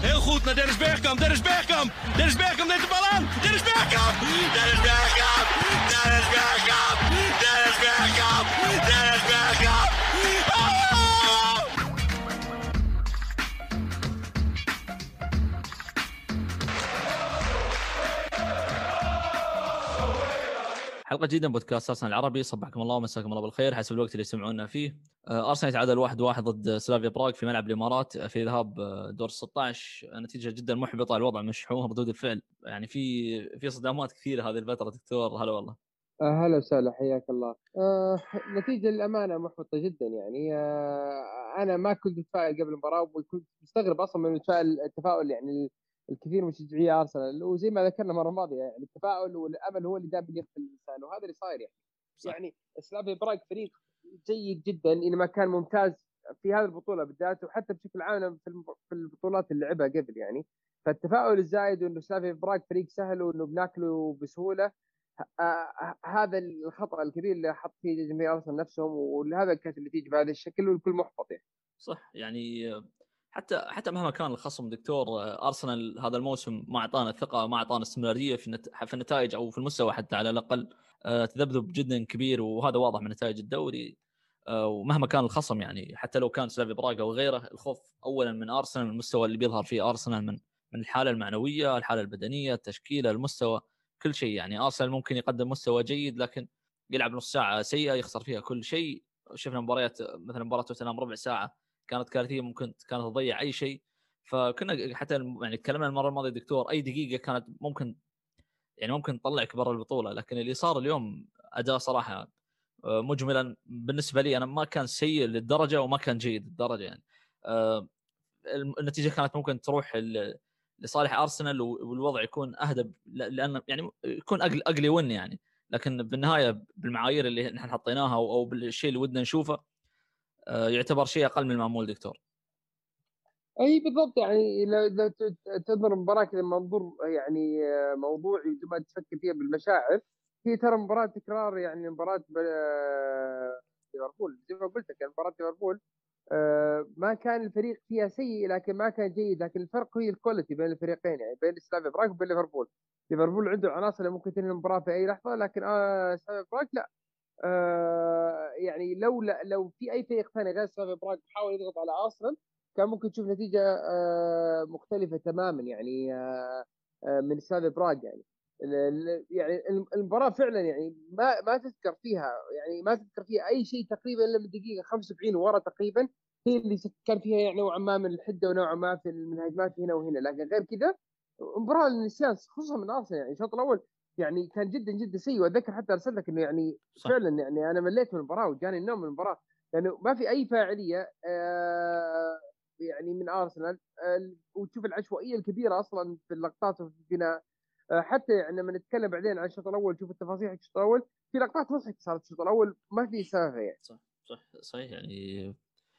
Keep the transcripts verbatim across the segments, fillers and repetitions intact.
Heel goed naar Dennis Bergkamp. Dennis Bergkamp. Dennis Bergkamp neemt de bal aan. Dennis Bergkamp. Dennis Bergkamp. Dennis Bergkamp. Dennis Bergkamp. Dennis Bergkamp. Oh! حلقة جديدة من بودكاست أرسنال العربي. صبحكم الله ومساكم الله بالخير حسب الوقت اللي يسمعونا فيه. أرسنال يتعادل واحد واحد ضد سلافيا براغ في ملعب الإمارات في ذهاب دور ستة عشر. نتيجة جدا محبطة، الوضع مشحون ردود الفعل، يعني في في صدامات كثيرة هذه الفترة. دكتور هلا والله. آه هلا وسهلا، حياك الله. آه نتيجة الأمانة محبطة جدا، يعني آه أنا ما كنت متفائل قبل المباراة، وكنت مستغرب أصلا من التفاؤل, التفاؤل يعني الكثير من مشجعي أرسنال، وزي ما ذكرنا مرة ماضية يعني التفاؤل والأمل هو اللي دائما يقتل الإنسان، وهذا اللي صاير يعني. صح. يعني سلافيا براغ فريق جيد جدا إن ما كان ممتاز في هذه البطولة بالذات، وحتى بشكل عام في البطولات اللي لعبها قبل يعني. فالتفاؤل الزايد وإنه سلافيا براغ فريق سهل وإنه بناكله بسهولة، آه هذا الخطأ الكبير اللي حط فيه جميع أرسنال نفسهم، ولهذا كانت النتيجة بهذا الشكل والكل محبط يعني. صح، يعني حتى حتى مهما كان الخصم دكتور، أرسنال هذا الموسم ما أعطانا الثقة، ما أعطانا استمرارية في النت... في النتائج أو في المستوى حتى على الأقل. تذبذب جدا كبير، وهذا واضح من نتائج الدوري. ومهما كان الخصم، يعني حتى لو كان سلافي براغ أو غيره، الخوف أولا من أرسنال، من المستوى اللي بيظهر فيه أرسنال، من من الحالة المعنوية، الحالة البدنية، التشكيلة، المستوى، كل شيء. يعني أرسنال ممكن يقدم مستوى جيد لكن يلعب نص ساعة سيئة يخسر فيها كل شيء. شفنا مباريات مثلا مباراة توتنهام ربع ساعة كانت كارثية، ممكن كانت تضيع أي شيء. فكنا حتى يعني تكلمنا المرة الماضية دكتور، أي دقيقة كانت ممكن يعني ممكن تطلعك برا البطولة. لكن اللي صار اليوم أداء صراحة مجملا بالنسبة لي أنا ما كان سيء للدرجة وما كان جيد للدرجة. يعني النتيجة كانت ممكن تروح لصالح أرسنال والوضع يكون أهدى، لأن يعني يكون أقل أقلي ون يعني. لكن بالنهاية بالمعايير اللي نحن حطيناها أو بالشيء اللي ودنا نشوفه يعتبر شيء أقل من المعمول دكتور. اي بالضبط، يعني لو تنظر المباراه كذا منظور يعني موضوعي وما تفكر فيها بالمشاعر، هي ترى مباراه تكرار يعني مباراه ليفربول. زي ما قلت لك مباراه ليفربول ما كان الفريق فيها سيء لكن ما كان جيد، لكن الفرق هي الكواليتي بين الفريقين، يعني بين سلافيا براغ وبين ليفربول. ليفربول عنده عناصر اللي ممكن تنهي المباراه في اي لحظه، لكن آه سلافيا براغ لا. آه يعني لو لو في اي فريق ثاني غير سلافيا براغ حاول يضغط على ارسنال كان ممكن تشوف نتيجه آه مختلفه تماما يعني آه آه من سلافيا براغ. يعني يعني المباراه فعلا يعني ما ما تذكر فيها يعني ما تذكر فيها اي شيء تقريبا الا من دقيقه خمسة وسبعين ورا تقريبا، هي اللي كان فيها يعني نوعا ما من الحده ونوعا ما في الهجمات هنا وهنا، لكن غير كذا مباراه للنسيان خصوصا من ارسنال. يعني الشوط الاول يعني كان جدا جدا سيء، واتذكر حتى ارسل لك انه يعني صح. فعلا يعني انا مليت من المباراه وجاني النوم من المباراه لانه يعني ما في اي فاعليه آه يعني من ارسنال آه وتشوف العشوائيه الكبيره اصلا في اللقطات وفي البناء. آه حتى يعني لما نتكلم بعدين عن الشوط الاول نشوف التفاصيل حق الشوط الاول، في لقطات مضحكه صارت الشوط الاول ما في سالفه يعني. صح صح صحيح. يعني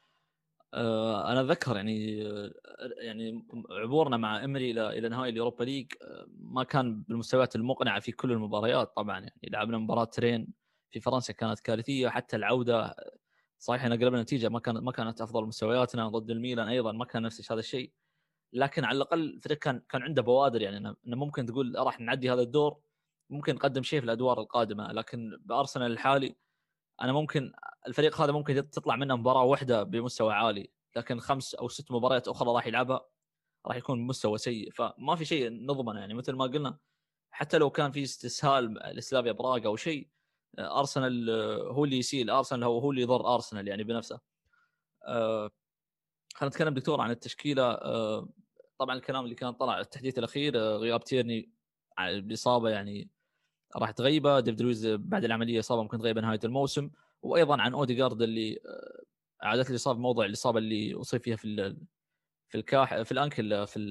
آه انا اتذكر يعني يعني عبورنا مع امري الى الى نهائي اليوروبا ليج ما كان بالمستويات المقنعه في كل المباريات طبعا. يعني لعبنا مباراه ترين في فرنسا كانت كارثيه، حتى العوده صحيح ان قلبنا النتيجه ما كانت ما كانت افضل مستوياتنا ضد الميلان، ايضا ما كان نفس هذا الشيء. لكن على الاقل الفريق كان كان عنده بوادر، يعني انه ممكن تقول راح نعدي هذا الدور، ممكن نقدم شيء في الادوار القادمه. لكن بارسنال الحالي انا ممكن الفريق هذا ممكن تطلع منه مباراه واحده بمستوى عالي، لكن خمس او ست مباريات اخرى راح يلعبها راح يكون بمستوى سيء. فما في شيء نضمنه، يعني مثل ما قلنا حتى لو كان في استسهال لسلافيا براغ او شيء، ارسنال هو اللي يسيل، ارسنال هو هو اللي يضر ارسنال يعني بنفسه. أه خلينا نتكلم دكتور عن التشكيله. أه طبعا الكلام اللي كان طلع التحديث الاخير أه غياب تيرني باصابه يعني راح تغيبه، ديفيد لويز بعد العمليه اصابه ممكن تغيبه نهايه الموسم، وايضا عن اوديغارد اللي عادت الاصابه موضوع الاصابه اللي اصيب فيها في في الكاح في الانكل في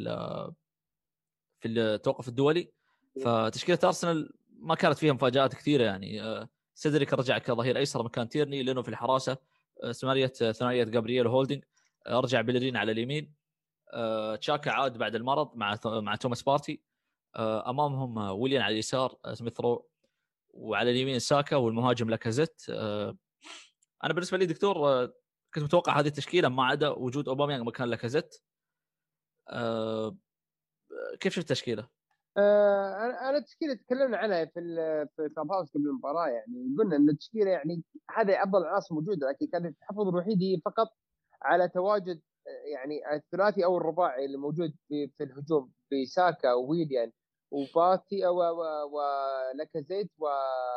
في التوقف الدولي. فتشكيله ارسنال ما كانت فيها مفاجات كثيره، يعني سيدريك رجع كظهير ايسر مكان تيرني، لانه في الحراسه ثمانيه ثنائيه جابرييل هولدينج، رجع بيلرين على اليمين، تشاكا عاد بعد المرض مع مع توماس بارتي، امامهم ويليان على اليسار سميث رو، وعلى اليمين ساكا، والمهاجم لاكازيت. انا بالنسبه لي دكتور كنت متوقع هذه التشكيله ما عدا وجود اوباميانغ مكان لاكازيت. أه كيف شفت التشكيله؟ آه، انا انا التشكيله تكلمنا عنها في ال- في كلاب هاوس قبل المباراه، يعني قلنا ان التشكيله يعني هذا افضل العناصر موجوده، لكن كان التحفظ الوحيد هي فقط على تواجد آه، يعني الثلاثي او الرباعي اللي موجود في, في الهجوم بساكا وويليان وباتي و- و- ولاكازيت و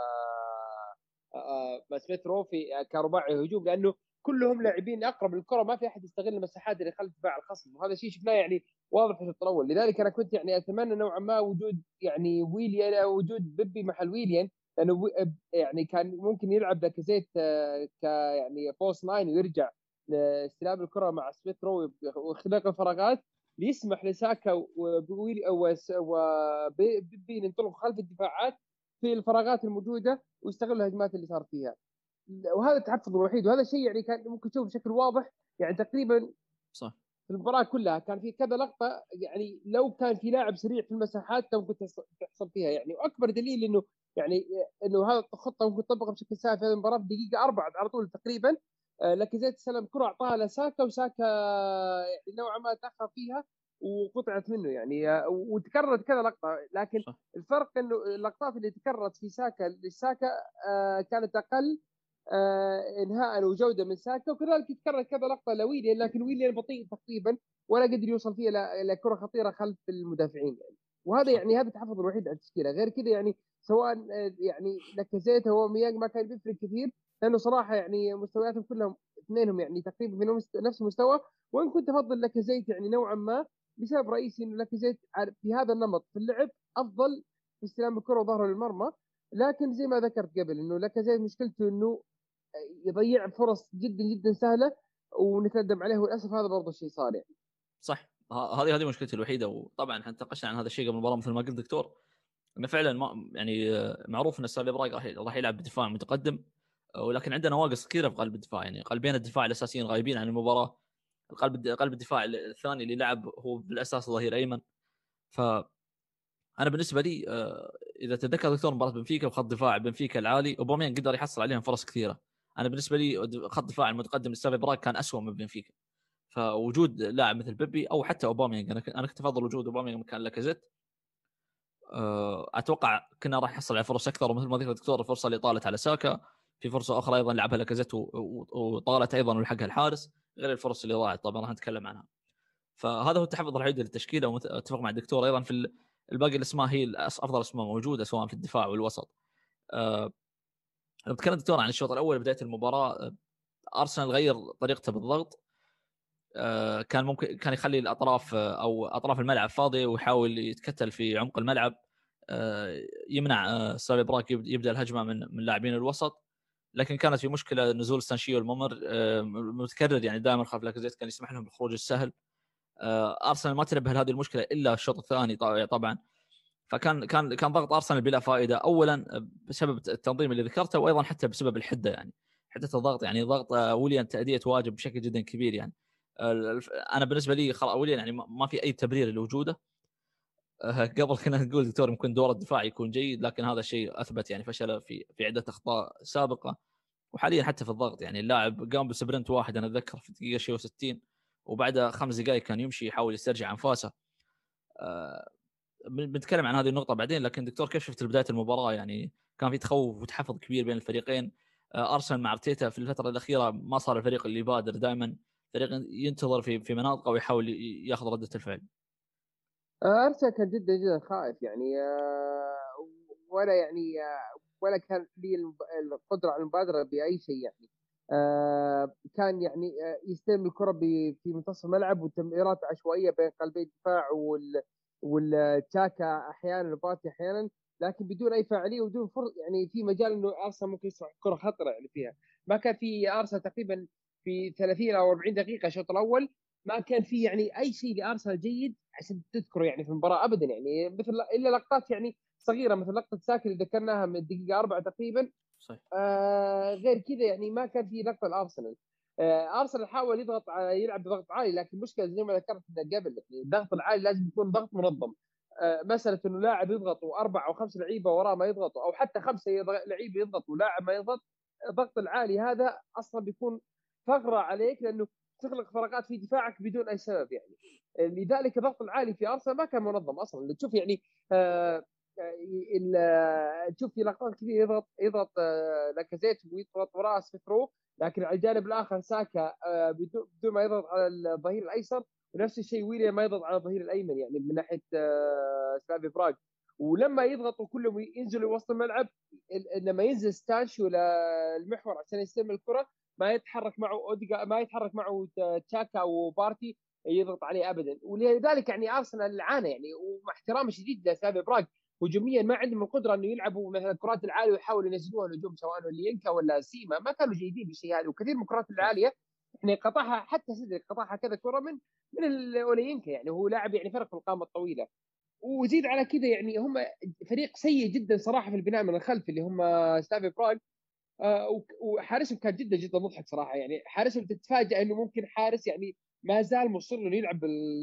آه، آه، سميث رو في كرباعي هجوم، لانه كلهم لاعبين اقرب للكره، ما في احد يستغل المساحات اللي خلف دفاع الخصم، وهذا الشيء شفناه يعني واضح في الشوط الاول. لذلك انا كنت يعني اتمنى نوعا ما وجود يعني ويليان او وجود بيبي محل ويليان، لانه وي- يعني كان ممكن يلعب لاكازيت آه، ك يعني فوس ناين ويرجع لاستلام الكره مع سميث رو وخلق الفراغات ليسمح لساكا وبويلي وبيبي ينطلقوا خلف الدفاعات في الفراغات الموجوده ويستغلوا الهجمات اللي صار فيها. وهذا التحفظ الوحيد، وهذا الشيء يعني كان ممكن تشوفه بشكل واضح يعني تقريبا صح في المباراه كلها. كان في كذا لقطه يعني لو كان في لاعب سريع في المساحات كان ممكن تحصل فيها يعني. واكبر دليل انه يعني انه هذا الخطه ممكن تطبق بشكل سهل في هذه المباراه، في دقيقه أربعة على طول تقريبا آه، لاكازيت سلم كره اعطاها لساكا، وساكا يعني نوعا ما تاخر فيها وقطعت منه يعني آه، وتكررت كذا لقطه. لكن صح الفرق انه اللقطات اللي تكررت في ساكا لساكا آه، كانت اقل آه انهاء وجوده من ساكا، وكذلك يتكرر كذا لقطه لويليان، لكن ويليان بطيء تقريبا ولا قدر يوصل فيها الى إلى كره خطيره خلف المدافعين يعني. وهذا صح يعني هذا التحفظ الوحيد على التشكيله. غير كذا يعني سواء آه، يعني لاكازيت هو ميانج ما كان بيفرق كثير، لانه صراحه يعني مستوياتهم كلهم اثنينهم يعني تقريبا في نفس المستوى. وان كنت افضل لاكازيت يعني نوعا ما لسبب رئيسي انه لاكازيت في هذا النمط في اللعب افضل في استلام الكره وظهره للمرمى. لكن زي ما ذكرت قبل انه لاكازيت مشكلته انه يضيع فرص جدا جدا سهله ونتندم عليه، وللاسف هذا برضه الشيء صار يعني. صح ه- هذه هذه مشكلتي الوحيده. وطبعا احنا تناقشنا عن هذا الشيء قبل المباراه مثل ما قلت دكتور، انه فعلا ما يعني آه، معروف ان سالي براغ راح راح يلعب بدفاع متقدم، آه، ولكن عندنا نواقص كثيره في قلب الدفاع. يعني قلبين الدفاع الاساسيين غايبين عن المباراه. القلب قلب الدفاع الثاني اللي لعب هو بالاساس ظهير ايمن. ف انا بالنسبه لي آه، اذا تذكر دكتور مباراه بنفيكا وخط دفاع بنفيكا العالي، اوباميان قدر يحصل عليهم فرص كثيره. انا بالنسبه لي خط دفاع المتقدم لسالي براغ كان اسوء من بنفيكا. فوجود لاعب مثل بيبي او حتى اوباميانج، انا انا كنت افضل وجود اوباميانج مكان لاكازيت. اتوقع كنا راح يحصل على فرص اكثر، ومثل ما ذكر الدكتور الفرصه اللي طالت على ساكا، في فرصه اخرى ايضا لعبها لاكازيت وطالت ايضا ولحقها الحارس، غير الفرص اللي ضاعت طبعا راح نتكلم عنها. فهذا هو التحفظ الوحيد للتشكيله، واتفق مع الدكتور ايضا في الباقي الاسماء هي افضل اسماء موجوده سواء في الدفاع والوسط. أه نتكلم دكتور عن الشوط الاول بدايه المباراه. ارسنال غير طريقته بالضغط، كان ممكن كان يخلي الاطراف او اطراف الملعب فاضيه ويحاول يتكتل في عمق الملعب، يمنع سالي براغ يبدا الهجمه من من لاعبين الوسط. لكن كانت في مشكله نزول ستانشيو الممر متكرر، يعني دائما خلف لاكازيت كان يسمح لهم بالخروج السهل. ارسنال ما تنبه لهذه المشكله الا الشوط الثاني طبعا. فكان كان كان ضغط ارسنال بلا فائده، اولا بسبب التنظيم اللي ذكرته، وايضا حتى بسبب الحده. يعني حده الضغط، يعني ضغط ويليان تاديه واجب بشكل جدا كبير. يعني انا بالنسبه لي ويليان يعني ما في اي تبرير لوجوده. قبل كنا نقول دكتور ممكن دور الدفاع يكون جيد، لكن هذا الشيء اثبت يعني فشل في في عده اخطاء سابقه. وحاليا حتى في الضغط، يعني اللاعب قام بسبرنت واحد انا اتذكر في الدقيقه شيء وستين، وبعدها خمس دقائق كان يمشي يحاول يسترجع انفاسه. بنتكلم عن هذه النقطه بعدين. لكن دكتور كيف شفت بدايه المباراه؟ يعني كان في تخوف وتحفظ كبير بين الفريقين. ارسنال مع ارتيتا في الفتره الاخيره ما صار الفريق اللي يبادر، دائما فريق ينتظر في في مناطقه ويحاول ياخذ رده الفعل. ارسنال كان جدا جدا خائف يعني آه، ولا يعني آه، ولا كان لي القدره على المبادره باي شيء يعني. آه، كان يعني آه، يستلم الكره في منتصف الملعب وتمريرات عشوائيه بين قلبي الدفاع وال والتشاكا احيانا وباتي احيانا، لكن بدون اي فاعليه وبدون فرص يعني في مجال انه ارسنال ممكن يصنع كره خطره يعني فيها. ما كان في ارسنال تقريبا في ثلاثين او أربعين دقيقه الشوط الاول ما كان في يعني اي شيء لارسنال جيد عشان تذكره يعني في المباراه ابدا، يعني مثل الا لقطات يعني صغيره مثل لقطه ساكن اللي ذكرناها من الدقيقه أربعة تقريبا. صحيح. آه غير كذا يعني ما كان في لقطه الارسنال. آه ارسنال حاول يضغط على يلعب بضغط عالي، لكن المشكله زي ما ذكرت قبل يعني الضغط العالي لازم يكون ضغط منظم. آه مساله انه لاعب يضغط واربع او خمس لعيبه وراه ما يضغطوا، او حتى خمسه لعيبه يضغطوا ولاعب ما يضغط، الضغط العالي هذا اصلا بيكون ثغره عليك، لانه تخلق فراغات في دفاعك بدون اي سبب يعني. لذلك الضغط العالي في ارسنال ما كان منظم اصلا. تشوف يعني آه آه تشوف في لقطات كثير يضغط يضغط آه لاكازيت ويضغط وراه سميثرو، لكن على الجانب الاخر ساكا آه بدون بدون ما يضغط على الظهير الايسر، ونفس الشيء ويليام ما يضغط على الظهير الايمن يعني من ناحيه آه سلافي براغ. ولما يضغطوا كلهم ينزلوا وسط الملعب، لما ينزل ستانشيو للمحور عشان يستلم الكره ما يتحرك معه اوديجا، ما يتحرك معه تشاكا وبارتي يضغط عليه ابدا. ولذلك يعني ارسنال عانى يعني، ومع احترامي الشديد لسلافي براغ هجوميا ما عندهم القدره انه يلعبوا مثلا الكرات العاليه ويحاولوا ينزلوها الهجوم سواء لينكا ولا سيما، ما كانوا جيدين بالشيء هذا. وكثير من الكرات العاليه يعني قطعها، حتى سيدريك قطعها كذا كره من من اولينكا يعني، وهو لاعب يعني فرق في القامه الطويله. وزيد على كذا يعني هم فريق سيء جدا صراحه في البناء من الخلف اللي هم سلافي براغ. آه وحارسهم كان جدا جدا مضحك صراحه يعني. حارسهم تتفاجئ انه ممكن حارس يعني ما زال مصر انه يلعب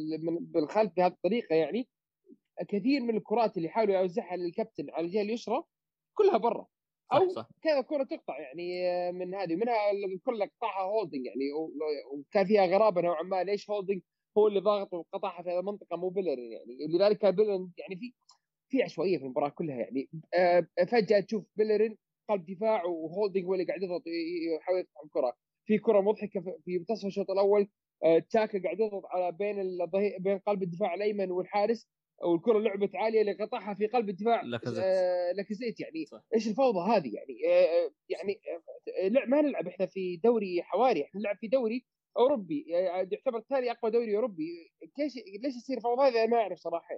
بالخلف بهذه الطريقه يعني. كثير من الكرات اللي حاولوا يوزعها للكابتن على الجهه اليسرى كلها برا، او صح صح. كذا كره تقطع يعني من هذه منها الكره اللي قطعها هولدنج يعني، وكان فيها غرابه نوعا ما ليش هولدنج هو اللي ضاغط وقطعها في هذه المنطقه مو بيلرين يعني. لذلك كان بيلرين يعني في في عشوائيه في المباراه كلها يعني. فجاه تشوف بيلرين قلب دفاع وهولدنج هو اللي قاعد يضغط يحاول يقطع الكره. في كره مضحكه في منتصف الشوط الاول، تشاكا قاعد يضغط على بين الظهير بين قلب الدفاع الايمن والحارس، والكره لعبت عاليه اللي قطعها في قلب الدفاع لاكازيت. آه لاكازيت يعني صح. ايش الفوضى هذه يعني. آه يعني آه ما نلعب احنا في دوري حواري، احنا نلعب في دوري اوروبي يعني يعتبر ثاني اقوى دوري اوروبي. ليش ليش يصير فوضى هذا ما اعرف صراحه.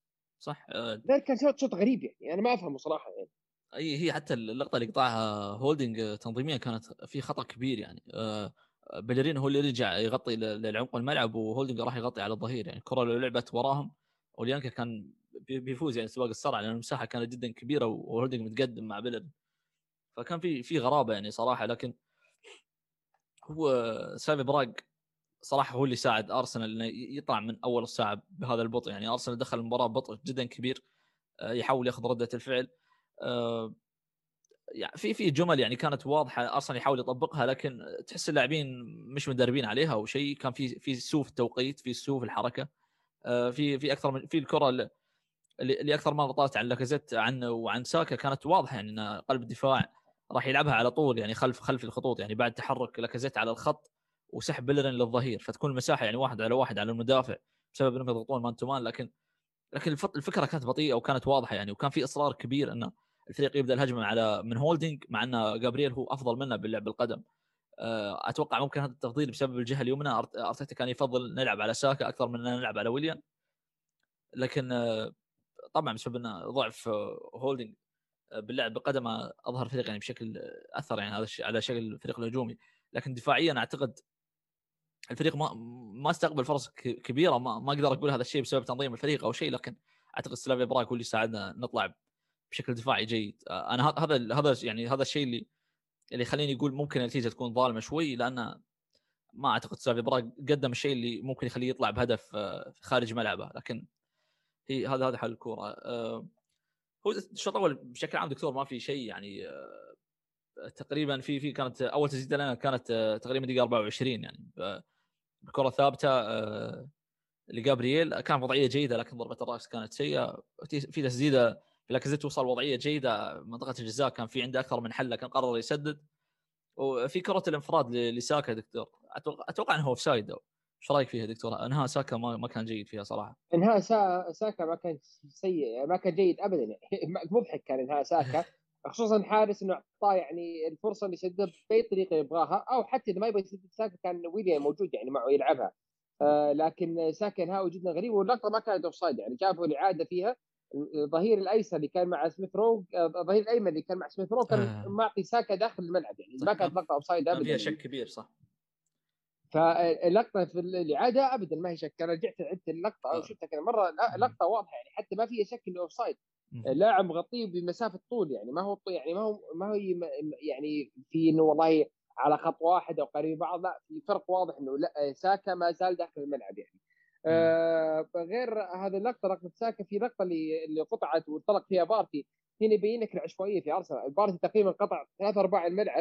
صح. آه ذلك كان شوط شوط غريب يعني، انا ما افهمه صراحه يعني. اي هي حتى اللقطه اللي قطعها هولدنج تنظيميا كانت في خطا كبير يعني. آه بلرين هو اللي رجع يغطي للعمق الملعب، وهولدنج راح يغطي على الظهير يعني. الكره اللي لعبت وراهم اوليانكا كان بيفوز يعني سباق السرعه لان المساحه كانت جدا كبيره وهولدنج متقدم مع بلرين، فكان في في غرابه يعني صراحه. لكن هو سافي براغ صراحه هو اللي ساعد ارسنال انه يطلع من اول الساعه بهذا البطء يعني. ارسنال دخل المباراه ببطء جدا كبير، يحاول ياخذ رده الفعل. يعني في في جمل يعني كانت واضحه ارسنال يحاول يطبقها، لكن تحس اللاعبين مش مدربين عليها او شيء. كان في في سوء في التوقيت، في سوء في الحركه، في في اكثر من في الكره اللي, اللي اكثر ما غطت عن لاكازيت عنه وعن ساكا كانت واضحه يعني ان قلب الدفاع راح يلعبها على طول يعني خلف خلف الخطوط يعني بعد تحرك لاكازيت على الخط وسحب بيلرين للظهير، فتكون المساحه يعني واحد على واحد على المدافع بسبب انهم يضغطون مان تو مان. لكن لكن الفكره كانت بطيئه وكانت واضحه يعني، وكان في اصرار كبير انه الفريق يبدا الهجمه على من هولدنج، مع ان جابرييل هو افضل منه باللعب بالقدم. اتوقع ممكن هذا التفضيل بسبب الجهه اليمنى. ارتيتا كان يفضل نلعب على ساكا اكثر من ان نلعب على ويليام، لكن طبعا بسبب انه ضعف هولدنج باللعب بالقدم اظهر فريق يعني بشكل اثر يعني هذا الشيء على شكل الفريق الهجومي. لكن دفاعيا اعتقد الفريق ما ما استقبل فرص كبيره. ما ما اقدر اقول هذا الشيء بسبب تنظيم الفريق او شيء، لكن اعتقد سلافيا براغ هو اللي ساعدنا نطلع بشكل دفاعي جيد. انا هذا هذا يعني هذا الشيء اللي اللي يخليني يقول ممكن النتيجه تكون ظالمه شوي، لان ما اعتقد سلافيا براغ قدم الشيء اللي ممكن يخليه يطلع بهدف خارج ملعبه. لكن هي هذا هذا حل الكوره. هو الشوط الاول بشكل عام دكتور ما في شيء يعني. تقريبا في في كانت اول تسديده لنا كانت تقريبا دقيقه أربعة وعشرين يعني بكره ثابته لجابرييل، كان وضعيه جيده لكن ضربه الراس كانت سيئه. في تسديده في لاكازيت توصل وضعيه جيده منطقه الجزاء كان في عنده اكثر من حل لكن قرر يسدد. وفي كره الانفراد لساكا دكتور اتوقع اتوقع انه هو اوفسايد. ايش رايك فيها دكتور؟ انها ساكا ما ما كان جيد فيها صراحه. انهاء سا... ساكا ما كان سيء، ما كان جيد ابدا يعني مضحك كان انهاء ساكا، خصوصا حارس انه اعطاه يعني الفرصه اللي يسدد باي طريقه يبغاها، او حتى اذا ما يبغى يسدد ساكا كان ويليام موجود يعني معه يلعبها. آه لكن ساكا انهاءه جدا غريب، واللقطه ما كانت اوفسايد يعني. شافوا الاعاده فيها الظهير الايسر اللي كان مع سميث رو، الظهير الايمن اللي كان مع سميث رو كان آه. معطي ساكا داخل الملعب يعني، ما كانت لقطه اوفسايد ابدا. كان فيها شك كبير صح. فاللقطه في الاعاده ابدا ما هي شك. انا رجعت عدت اللقطه او شفتها كذا مره، لقطه واضحه يعني حتى ما فيها شك انه اوف سايد. اللاعب مغطيه بمسافه طول يعني، ما هو يعني ما هو ما هو يعني في انه والله على خط واحد او قريب بعض، لا في فرق واضح انه لا ساكا ما زال داخل الملعب يعني. آه غير هذه اللقطه لقطه ساكا، في لقطه اللي اللي قطعت وانطلق فيها بارتي، هنا يبين لك العشوائيه في ارسنال. بارتي تقريبا قطع ثلاث ارباع الملعب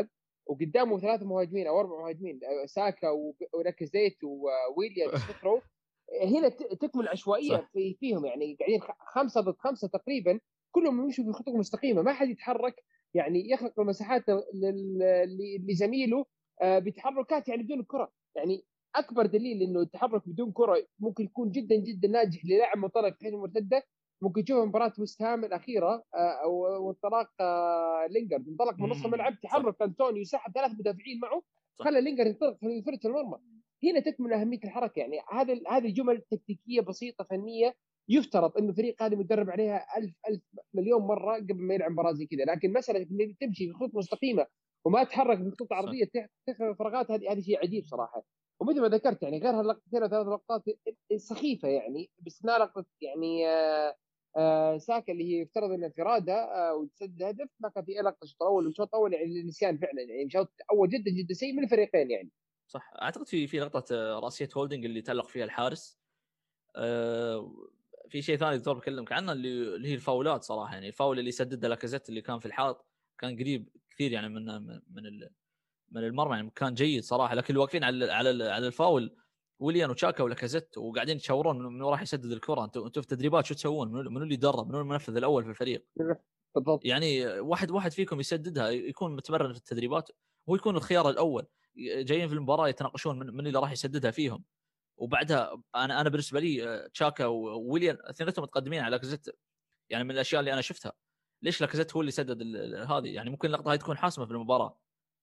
وقدامه ثلاثه مهاجمين او اربع مهاجمين ساكا وناكازيت وويليام سميثرو، هنا تكمن عشوائيه في فيهم، يعني قاعدين خمسه ضد خمسه تقريبا، كلهم يمشوا في خطوط مستقيمه، ما حد يتحرك يعني يخلق المساحات لزميله بتحركات يعني بدون الكره. يعني اكبر دليل انه التحرك بدون كره ممكن يكون جدا جدا ناجح للاعب منطلق في المرتده. ممكن تشوف مباراه ويست هام الاخيره او انطلاق لينجارد انطلق من نص الملعب، تحرك انطونيو سحب ثلاث مدافعين معه، خلى لينجارد ينطلق في فرصه المرمى. هنا تكمن اهميه الحركه. يعني هذا هذه جمل تكتيكيه بسيطه فنيه يفترض انه الفريق هذا متدرب عليها ألف ألف مليون مره قبل ما يلعب مباراه زي كذا. لكن مساله انك تمشي في خطوط مستقيمه وما تتحرك في خطوط عرضيه تخلق فراغات، هذه هذه شيء عجيب صراحه. ومثل ما ذكرت يعني غير هاللقطتين ثلاث لقطات سخيفه يعني، باستثناء لقطه يعني آآ آآ ساكا اللي هي يفترض انها انفراده آه وتسدد هدف، ما كان في اي لقطه الشوط الاول. والشوط الاول يعني نسيان فعلا، يعني شوط اول جدا جدا سيء من الفريقين يعني. صح. اعتقد في في لقطه راسيه هولدنج اللي تعلق فيها الحارس. أه في شيء ثاني دكتور بكلمك عنه اللي اللي هي الفاولات صراحه. يعني الفاول اللي سدده لاكازيت اللي كان في الحائط كان قريب كثير يعني من من من, من المرمى، يعني كان جيد صراحه. لكن واقفين على على على الفاول ويليان وتشاكا ولاكازيت وقاعدين يشاورون من راح يسدد الكره. انتم انتم في التدريبات شو تسوون؟ منو اللي يدرب؟ منو المنفذ الاول في الفريق؟ بالضبط. يعني واحد واحد فيكم يسددها، يكون متمرن في التدريبات ويكون الخيار الاول. جايين في المباراه يتناقشون من, من اللي راح يسددها فيهم. وبعدها انا انا بالنسبه لي تشاكا وويليان اثنيناتهم متقدمين على لاكازيت. يعني من الاشياء اللي انا شفتها ليش لاكازيت هو اللي سدد هذه. يعني ممكن اللقطه هاي تكون حاسمه في المباراه.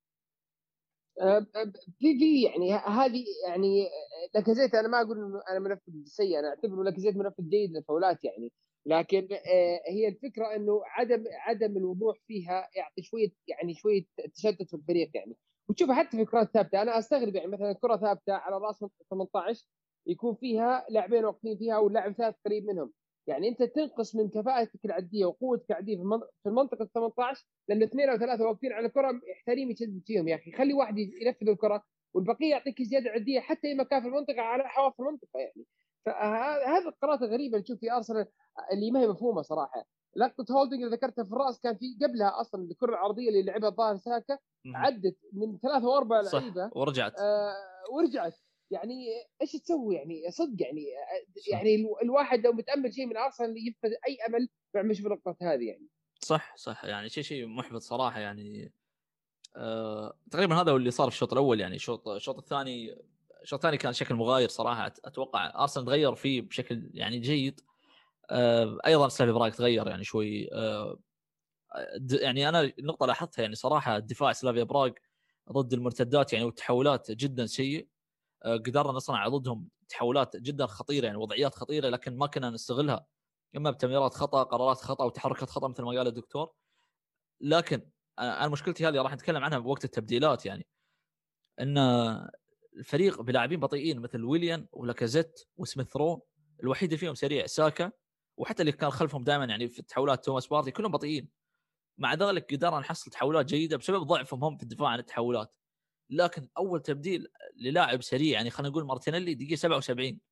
في في يعني هذه يعني لاكازيت، انا ما اقول انه انا منفذ سيء، انا اعتبره لاكازيت منفذ جيد للفاولات يعني. لكن هي الفكره انه عدم عدم الوضوح فيها يعطي شويه يعني شويه تشتت في الفريق يعني. وتشوف حتى في كرات ثابته انا استغرب، يعني مثلا كره ثابته على راس ثمانية عشر يكون فيها لاعبين واقفين فيها واللاعب ثالث قريب منهم، يعني انت تنقص من كفاءتك العديه وقوتك العديه في المنطقه ثمانية عشر، لان اثنين او ثلاثه واقفين على الكره يحترم يشد فيهم. يا اخي خلي واحد ينفذ الكره والبقيه يعطيك زياده عديه حتى ما كان في المنطقه على حواف المنطقه يعني. فهذه القرارات الغريبه اللي تشوف في ارسنال اللي ما هي مفهومه صراحه. لقطه هولدنج اللي ذكرتها في الراس كان في قبلها اصلا الكره العرضيه اللي لعبها الظاهر ساكا عدت من ثلاثه واربع لعيبه ورجعت آه ورجعت. يعني ايش تسوي يعني صدق يعني صح. يعني الواحد لو متامل شيء من ارسنال يفقد اي امل بعد في اللقطات هذه يعني. صح صح يعني شيء شيء محبط صراحه يعني. آه، تقريبا هذا اللي صار في الشوط الاول. يعني الشوط الشوط الثاني الشوط الثاني كان شكل مغاير صراحه. اتوقع ارسنال تغير فيه بشكل يعني جيد. آه، ايضا سلافي براغ تغير يعني شوي. آه، يعني انا النقطه لاحظتها يعني صراحه الدفاع سلافيا براغ ضد المرتدات يعني والتحولات جدا سيء. آه، قدرنا نصنع ضدهم تحولات جدا خطيره يعني وضعيات خطيره، لكن ما كنا نستغلها، اما بتمريرات خطا، قرارات خطا، وتحركات خطا مثل ما قال الدكتور. لكن انا مشكلتي هذه راح نتكلم عنها بوقت التبديلات. يعني ان الفريق بلاعبين بطيئين مثل ويليان ولاكازيت وسميث رو، الوحيد اللي فيهم سريع ساكا، وحتى اللي كان خلفهم دائما يعني في التحولات توماس بارتي، كلهم بطيئين. مع ذلك قدرنا نحصل تحولات جيده بسبب ضعفهم هم في الدفاع عن التحولات. لكن اول تبديل للاعب سريع يعني خلينا نقول مارتينيلي دقيقه سبعة وسبعين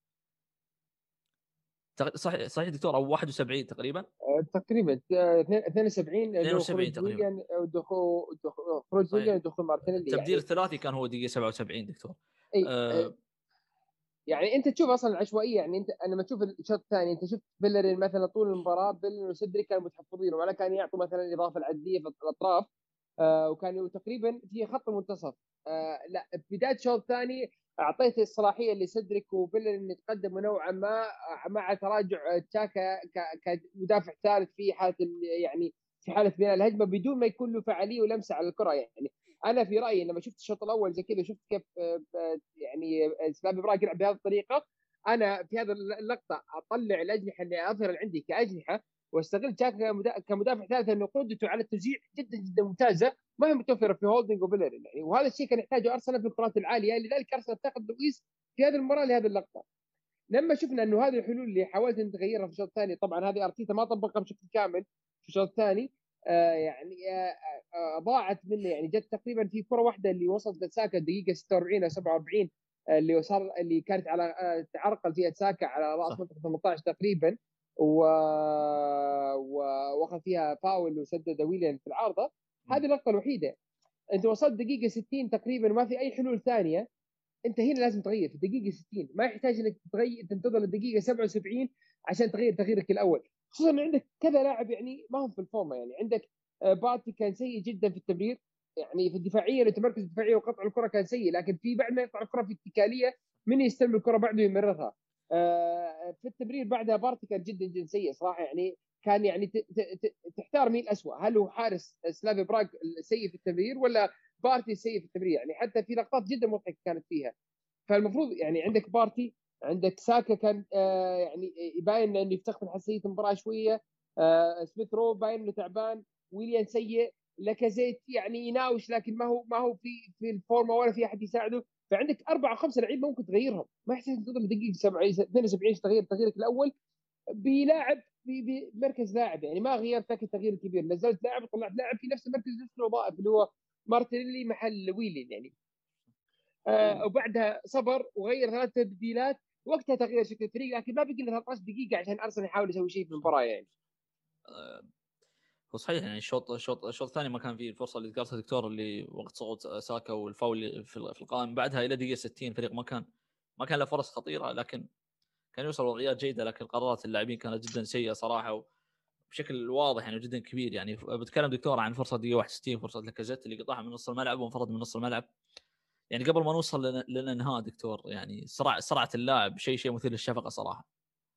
صحيح صحيح دكتور، او واحد وسبعين تقريبا تقريبا اثنين وسبعين اثنين وسبعين تقريبا دخول خروج ويليان ودخول مارتينيلي. التبديل يعني الثلاثي كان هو دقيقه سبعة وسبعين دكتور. اي أه يعني انت تشوف اصلا العشوائيه. يعني انت انا لما تشوف الشوط الثاني انت شفت بيلرين مثلا طول المباراه بيلرين وسدري كانوا متحفظين ولا كان يعطوا مثلا اضافه العديه في الاطراف. آه وكانوا تقريبا في خط المنتصف. آه لا بدايه الشوط الثاني اعطيت الصلاحيه لسدريك وبيلرين يتقدموا نوعا ما مع تراجع تشاكا كمدافع ثالث في حاله يعني في حاله بناء الهجمه بدون ما يكون له فعاليه ولمسه على الكره. يعني انا في رايي لما شفت الشوط الاول زي كذا شفت كيف يعني سلافي براغ يلعب بهذه الطريقه، انا في هذه اللقطه اطلع الاجنحه اللي اظهر عندي كاجنحه واستغل تشاكا كمدافع ثالث انه قدرته على التوزيع جدا جدا ممتازه ما هي متوفره في هولدنج وبيلرين يعني. وهذا الشيء كان يحتاجه ارسنال في الكرات العاليه، لذلك ارسنال اتخذ لويس في هذه المباراه لهذه اللقطه. لما شفنا انه هذه الحلول اللي حاولت ان تغيرها في الشوط الثاني، طبعا هذه ارتيتا ما طبقها بشكل كامل في الشوط الثاني. آه يعني آه آه ضاعت منه. يعني جت تقريبا في كره واحده اللي وصلت لساكا دقيقه ستة وأربعين او سبعة وأربعين آه اللي وصل اللي كانت على آه تعرقل فيها ساكا على راس منطقه ثمانية عشر تقريبا واخذ فيها فاول وسدد ويليان في العارضه. هذه اللقطه الوحيده. انت وصلت دقيقه ستين تقريبا وما في اي حلول ثانيه، انت هنا لازم تغير في الدقيقه ستين، ما يحتاج انك تغير تنتظر الدقيقه سبعة وسبعين عشان تغير تغييرك الاول، خصوصا ان عندك كذا لاعب يعني ما هم في الفورمه. يعني عندك بارتي كان سيء جدا في التمرير، يعني في الدفاعيه التمركز الدفاعي وقطع الكره كان سيء، لكن في بعد ما يقطع الكره في اتكاليه من يستلم الكره بعده يمررها. في التمرير بعدها بارتي كان جدا جدا سيء صراحه، يعني كان يعني تحتار مين اسوء، هل هو حارس سلافي براغ سيء في التمرير ولا بارتي سيء في التمرير؟ يعني حتى في لقطات جدا مضحكه كانت فيها. فالمفروض يعني عندك بارتي، عندك ساكا كان آه يعني يباين انه يفتقد حساسيه المباراه شويه، آه سميث رو باين انه تعبان، ويليان سيء، لاكازيت يعني يناوش لكن ما هو ما هو في في الفورمه ولا في احد يساعده. فعندك اربعه خمسه لعيبه ممكن تغيرهم، ما يحتاج تنتظر دقيقه سبعة اثنين وسبعين تغير تغييرك الاول بلاعب في مركز لاعب. يعني ما غيرت لك التغيير الكبير، نزلت لاعب وطلعت لاعب في نفس المركز نفس الوظائف اللي هو مارتينيلي محل ويلين يعني. آه وبعدها صبر وغير ثلاث تبديلات، وقتها تغيير شكل الفريق، لكن ما بقي له ثلاث عشرة دقيقه عشان ارسنال يحاول يسوي شيء في المباراه يعني. هو صحيح يعني الشوط الشوط الشوط الثاني ما كان فيه الفرصه اللي ذكرتها دكتور، اللي وقت صعود ساكا والفاول في في القائم بعدها الى دقيقه ستين الفريق ما كان ما كان له فرص خطيره، لكن كان يوصل وضعيات جيده، لكن قرارات اللاعبين كانت جدا سيئه صراحه وبشكل واضح يعني جدا كبير. يعني بتكلم دكتور عن فرصه دقيقه واحد وستين، فرصه لاكازيت اللي قطعها من نص الملعب وانفرد من نص الملعب. يعني قبل ما نوصل للانهاء دكتور، يعني سرعه سرعه اللاعب شيء شيء مثير للشفقه صراحه.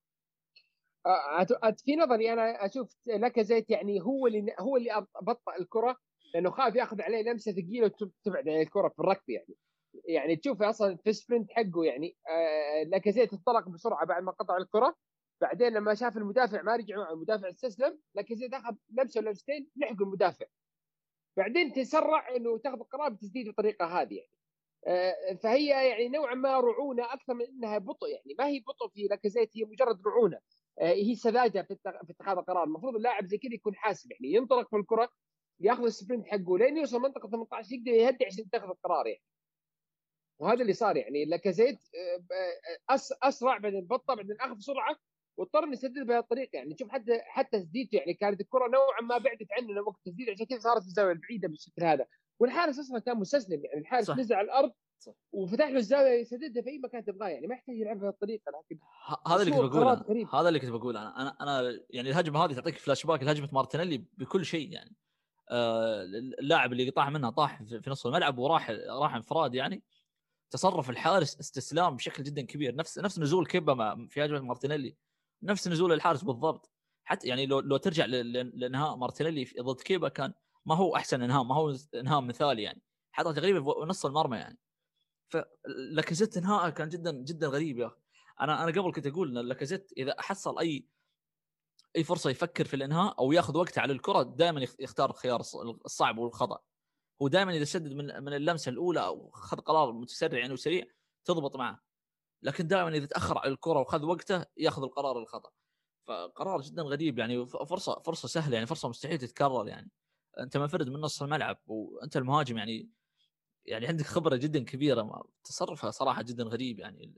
في نظري انا اشوف لاكازيت يعني هو اللي هو اللي بطأ الكره، لانه خاف ياخذ عليه لمسه ثقيله وتبعد عن الكره في الركض. يعني يعني تشوف اصلا في السبرنت حقه يعني آه لاكازيت انطلق بسرعه بعد ما قطع الكره، بعدين لما شاف المدافع ما رجع معه، المدافع استسلم، لاكازيت اخذ لمسه لمستين لحق المدافع، بعدين تسرع انه تاخذ القرار بالتسديد بالطريقه هذه يعني. آه فهي يعني نوعا ما رعونه اكثر من انها بطء، يعني ما هي بطء في لاكازيت، هي مجرد رعونه، آه هي سذاجه في في اتخاذ القرار. المفروض اللاعب زي كذا يكون حاسب، يعني ينطلق في الكره ياخذ السبرنت حقه لين يوصل منطقه ثمانية عشر يقدر يهدي عشان يتخذ القرار يعني. وهذا اللي صار يعني. لاكازيت أس اسرع بعدين بطأ بعدين اخذ بسرعه واضطر انه يسدد بهذه الطريقه. يعني تشوف حتى حتى تسديدته يعني كانت الكره نوعا ما بعدت عنه وقت التسديد، عشان كذا صارت الزاويه البعيده بالشكل هذا، والحارس اصلا كان مستسلم. يعني الحارس صح. نزل على الارض صح. وفتح له الزاويه يسددها في اي مكان تبغاه، يعني ما يحتاج يلعب بهذه الطريقه. لكن هذا اللي كنت بقوله هذا اللي كنت بقوله انا انا انا يعني الهجمه هذه تعطيك فلاش باك لهجمه مارتينيلي بكل شيء. يعني آه اللاعب اللي قطعها منها طاح في نص الملعب وراح راح انفراد، يعني تصرف الحارس استسلام بشكل جدا كبير، نفس نفس نزول كيبا في هجمه مارتينيلي، نفس نزول الحارس بالضبط. حتى يعني لو لو ترجع لانهاء مارتينيلي ضد كيبا كان ما هو احسن انهاء، ما هو انهاء مثالي، يعني حتى تقريبا في نص المرمى يعني. فلاكازيت انهاءه كان جدا جدا غريب يا اخي. انا انا قبل كنت اقول ان لاكازيت اذا حصل اي اي فرصه يفكر في الانهاء او ياخذ وقته على الكره دائما يختار الخيار الصعب والخطا. هو دائما اذا سدد من من اللمسه الاولى او خذ قرار متسرع يعني وسريع تضبط معه، لكن دائما اذا تاخر على الكره وخذ وقته ياخذ القرار الخطا. فقرار جدا غريب يعني، فرصه فرصه سهله يعني، فرصه مستحيل تتكرر. يعني انت منفرد من نص الملعب وانت المهاجم، يعني يعني عندك خبره جدا كبيره، تصرفها صراحه جدا غريب يعني.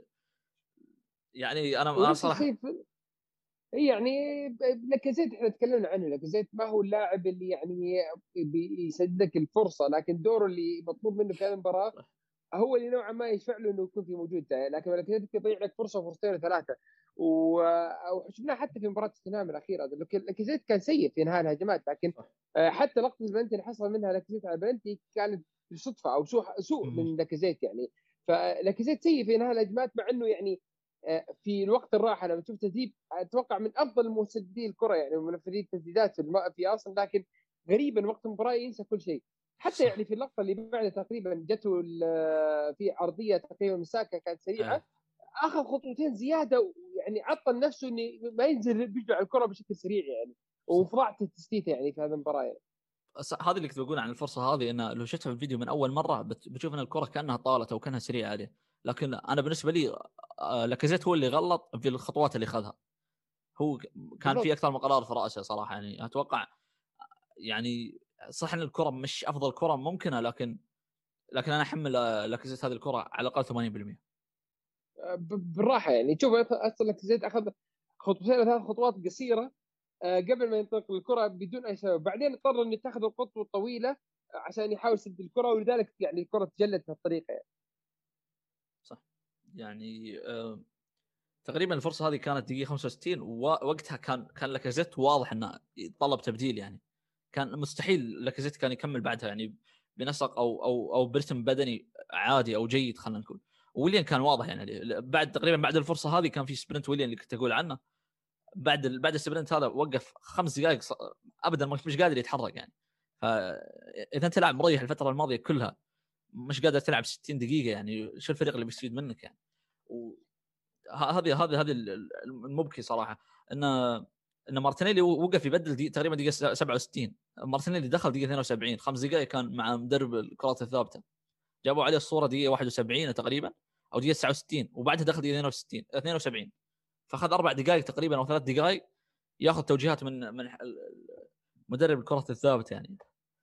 يعني انا انا صراحه يعني لاكازيت احنا تكلمنا عنه، لاكازيت ما هو اللاعب اللي يعني بيسددك الفرصه، لكن دوره اللي مطلوب منه في هذه المباراه هو اللي نوعا ما يشفع له انه يكون في موجود. لكن لاكازيت يضيع لك فرصه وفرصتين وثلاثه، وشفناها حتى في مباراه توتنهام الاخيره. لاكازيت كان سيء في انهاء الهجمات، لكن حتى لقطه البلنتي اللي حصل منها لاكازيت على البلنتي كانت بالصدفه او سوء سوء من لاكازيت يعني. فلاكازيت سيء في انهاء الهجمات، مع انه يعني في الوقت الراحه لما تشوف تسديد اتوقع من افضل مسددي الكره يعني ومنفذي التسديدات في في اصلا، لكن غريبا وقت المباراه ينسى كل شيء. حتى يعني في اللقطه اللي بعدها تقريبا جته في عرضيه تقريبا مساكه كانت سريعه، اخذ خطوتين زياده يعني عطل نفسه انه ما ينزل بيجمع الكره بشكل سريع يعني، وفضعت التسديده يعني في هذه المباراه يعني. هذا اللي كنت بقول عن الفرصه هذه، ان لو شفتها في الفيديو من اول مره بتشوف ان الكره كانها طالت او كانها سريعه عليه، لكن انا بالنسبه لي لاكازيت هو اللي غلط في الخطوات اللي اخذها. هو كان في اكثر من قرار في راسه صراحه، يعني اتوقع يعني صح ان الكره مش افضل كره ممكنه، لكن لكن انا احمل لاكازيت هذه الكره على الاقل ثمانين بالمئة بالراحه. يعني شوف اصلا لاكازيت اخذ خطوتين ثلاث خطوات قصيره قبل ما ينطلق الكره بدون اي سبب، بعدين اضطر انه يتخذ الخطوه الطويله عشان يحاول يسد الكره، ولذلك يعني الكره تجلت بهالطريقه يعني. صح يعني آه تقريبا الفرصه هذه كانت دقيقه خمسة وستين، ووقتها كان كان لاكازيت واضح انه طلب تبديل، يعني كان مستحيل لاكازيت كان يكمل بعدها يعني بنسق او او او برتم بدني عادي او جيد خلينا نقول. ويليان كان واضح يعني بعد تقريبا بعد الفرصه هذه كان في سبرنت ويليان اللي كنت اقول عنه، بعد ال... بعد السبرنت هذا وقف خمس دقائق ص... ابدا مش قادر يتحرك يعني. فاذا انت لاعب مريح الفتره الماضيه كلها مش قادر تلعب ستين دقيقه، يعني شو الفريق اللي بيستفيد منك يعني. وهذه هذه هذه المبكي صراحه ان ان مارتينيلي وقف يبدل دي تقريبا دقيقه سبعة وستين، مارتينيلي دخل دقيقه اثنين وسبعين، خمس دقائق كان مع مدرب الكرات الثابته، جابوا عليه الصوره دقيقه واحد وسبعين تقريبا او دقيقه تسعة وستين، وبعدها دخل دقيقه اثنين وستين اثنين وسبعين، فاخذ اربع دقائق تقريبا او ثلاث دقائق ياخذ توجيهات من من مدرب الكرة الثابتة يعني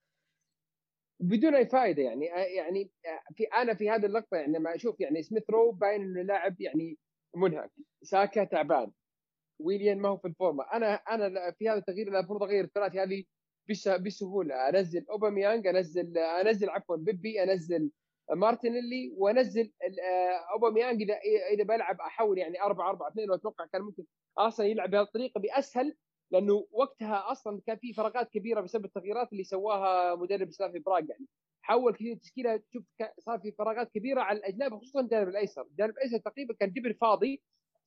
بدون اي فائده يعني. يعني في انا في هذه اللقطه يعني لما اشوف يعني سميث رو باين انه لاعب يعني منهك، ساكا تعبان، ويليان ما هو في الفورمه. انا انا في هذا التغيير المفروض اغير الثلاثي هذه بسهوله، انزل اوباميانج، انزل انزل عفوا بيبي، انزل مارتينيلي، وانزل اوباميانج اذا اذا بلعب احول يعني أربعة أربعة اثنين، واتوقع كان ممكن اصلا يلعب بهذه الطريقه باسهل، لانه وقتها اصلا كان في فراغات كبيره بسبب التغييرات اللي سواها مدرب سلافي براغ. يعني حول كثير التشكيله، شوف صار في فراغات كبيره على الاجناب خصوصا الجانب الايسر. الجانب الايسر تقريبا كان جبر فاضي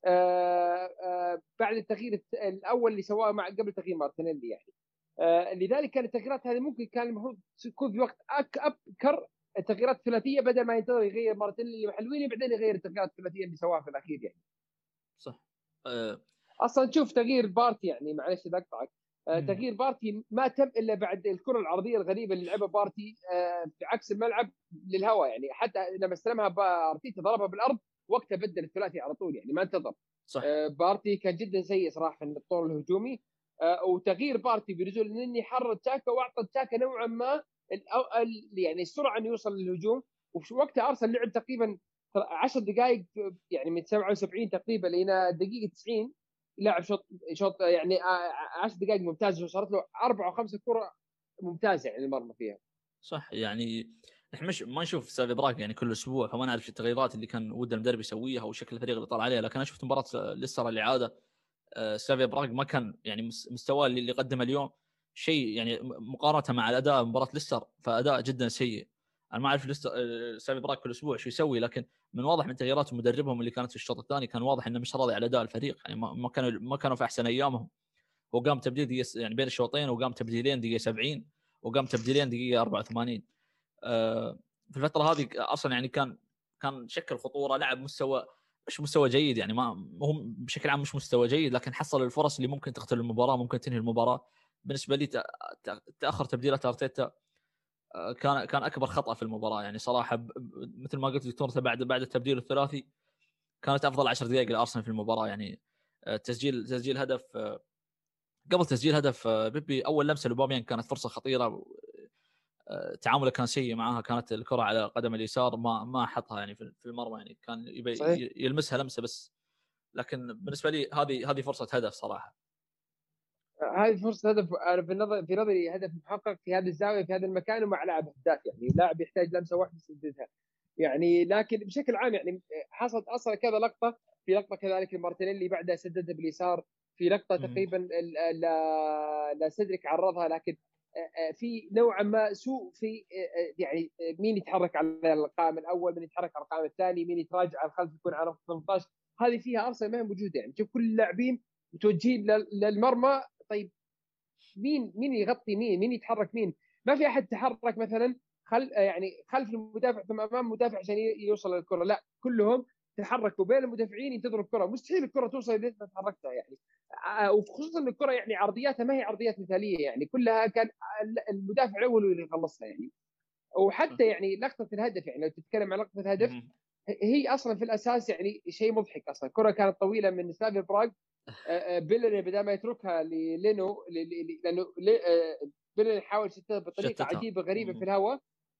آه آه بعد التغيير الاول اللي سواه مع قبل تغيير مارتينيلي يعني. آه لذلك كانت التغييرات هذه ممكن كان المفروض تكون في وقت ابكر، التغييرات الثلاثيه بدل ما ينتظر يغير مارتينيلي محلويني بعدين يغير التغييرات الثلاثيه اللي سواها في الاخير يعني. صح أه اصلا شوف تغيير بارتي يعني معلش اذا اقطعك، آه تغيير بارتي ما تم الا بعد الكره العرضيه الغريبه اللي لعبها بارتي آه في عكس الملعب للهواء يعني. حتى لما استلمها بارتي ضربها بالارض وقتها بدل الثلاثي على طول يعني ما انتظر. صح. آه بارتي كان جدا سيء صراحه في الطور الهجومي. آه وتغيير بارتي بنزول اني حرر تشاكا واعطى تشاكا نوعا ما يعني السرعه انه يوصل للهجوم. وفي وقتها ارسل لعب تقريبا عشر دقائق يعني من سبعة وسبعين تقريبا الى دقيقه تسعين، لاعب شوط شوط يعني عشر دقائق ممتاز، وصارت له اربع او خمسه كره ممتازه يعني المرمى فيها. صح يعني احنا مش ما نشوف سافي براغ يعني كل اسبوع، فما نعرف التغييرات اللي كان ود المدرب يسويها او شكل الفريق اللي طلع عليه. لكن انا شفت مباراه ليستر اللي عاده سافي براغ ما كان يعني مستواه اللي قدمه اليوم شيء يعني مقارنه مع الاداء مباراه ليستر، فاداء جدا سيء. انا ما اعرف ليستر سافي براغ كل اسبوع شو يسوي، لكن من واضح من تغييرات مدربهم اللي كانت في الشوط الثاني كان واضح انه مش راضي على اداء الفريق يعني. ما كانوا ما كانوا في احسن ايامهم. وقام تبديل دقيقة يعني بين الشوطين، وقام تبديلين دقيقه سبعين، وقام تبديلين دقيقه أربعة وثمانين. أه في الفتره هذه اصلا يعني كان كان شكل خطوره، لعب مستوى مش مستوى جيد يعني، ما هم بشكل عام مش مستوى جيد، لكن حصل الفرص اللي ممكن تقتل المباراه ممكن تنهي المباراه. بالنسبه لي تاخر تبديلات ارتيتا كان كان اكبر خطا في المباراه يعني صراحه. مثل ما قلت دكتور بعد بعد التبديل الثلاثي كانت افضل عشر دقائق لارسنال في المباراه يعني. تسجيل تسجيل هدف قبل تسجيل هدف بيبي، اول لمسه لأوباميانج كانت فرصه خطيره، تعامله كان سيء معها، كانت الكره على قدم اليسار ما ما حطها يعني في المرمى يعني، كان يبي يلمسها لمسه بس. لكن بالنسبه لي هذه هذه فرصه هدف صراحه. هذه فرصه هدف. انا في نظري في نظري هدف محقق في هذه الزاويه في هذا المكان ومع لاعب اهداف يعني. لاعب يحتاج لمسه واحده يسددها يعني. لكن بشكل عام يعني حصلت اصلا كذا لقطه، في لقطه كذلك المارتينيلي بعدها سددها باليسار، في لقطه تقريبا لا سيدريك عرضها، لكن في نوعا ما سوء في يعني مين يتحرك على القائم الاول، مين يتحرك على القائم الثاني، مين يتراجع على الخلف يكون على ثمانية عشر. هذه فيها ارسنال ما هي موجوده يعني. شوف كل اللاعبين متوجهين للمرمى، طيب مين مين يغطي مين، مين يتحرك مين؟ ما في احد تحرك مثلا خل يعني خلف المدافع ثم امام المدافع عشان يوصل للكره، لا كلهم تحركوا بين المدافعين ينتظروا الكره. مستحيل الكره توصل اذا انت تحركتها يعني. وخصوصا ان الكره يعني عرضياتها ما هي عرضيات مثاليه يعني، كلها كان المدافع الاول اللي يخلصها يعني. وحتى يعني لقطه الهدف يعني لو تتكلم عن لقطه الهدف هي اصلا في الاساس يعني شيء مضحك. اصلا الكره كانت طويله من سلافي براغ، بيلري بدل ما يتركها للينو لانه بيلري حاول يشتتها بطريقه عجيبه غريبه في الهواء،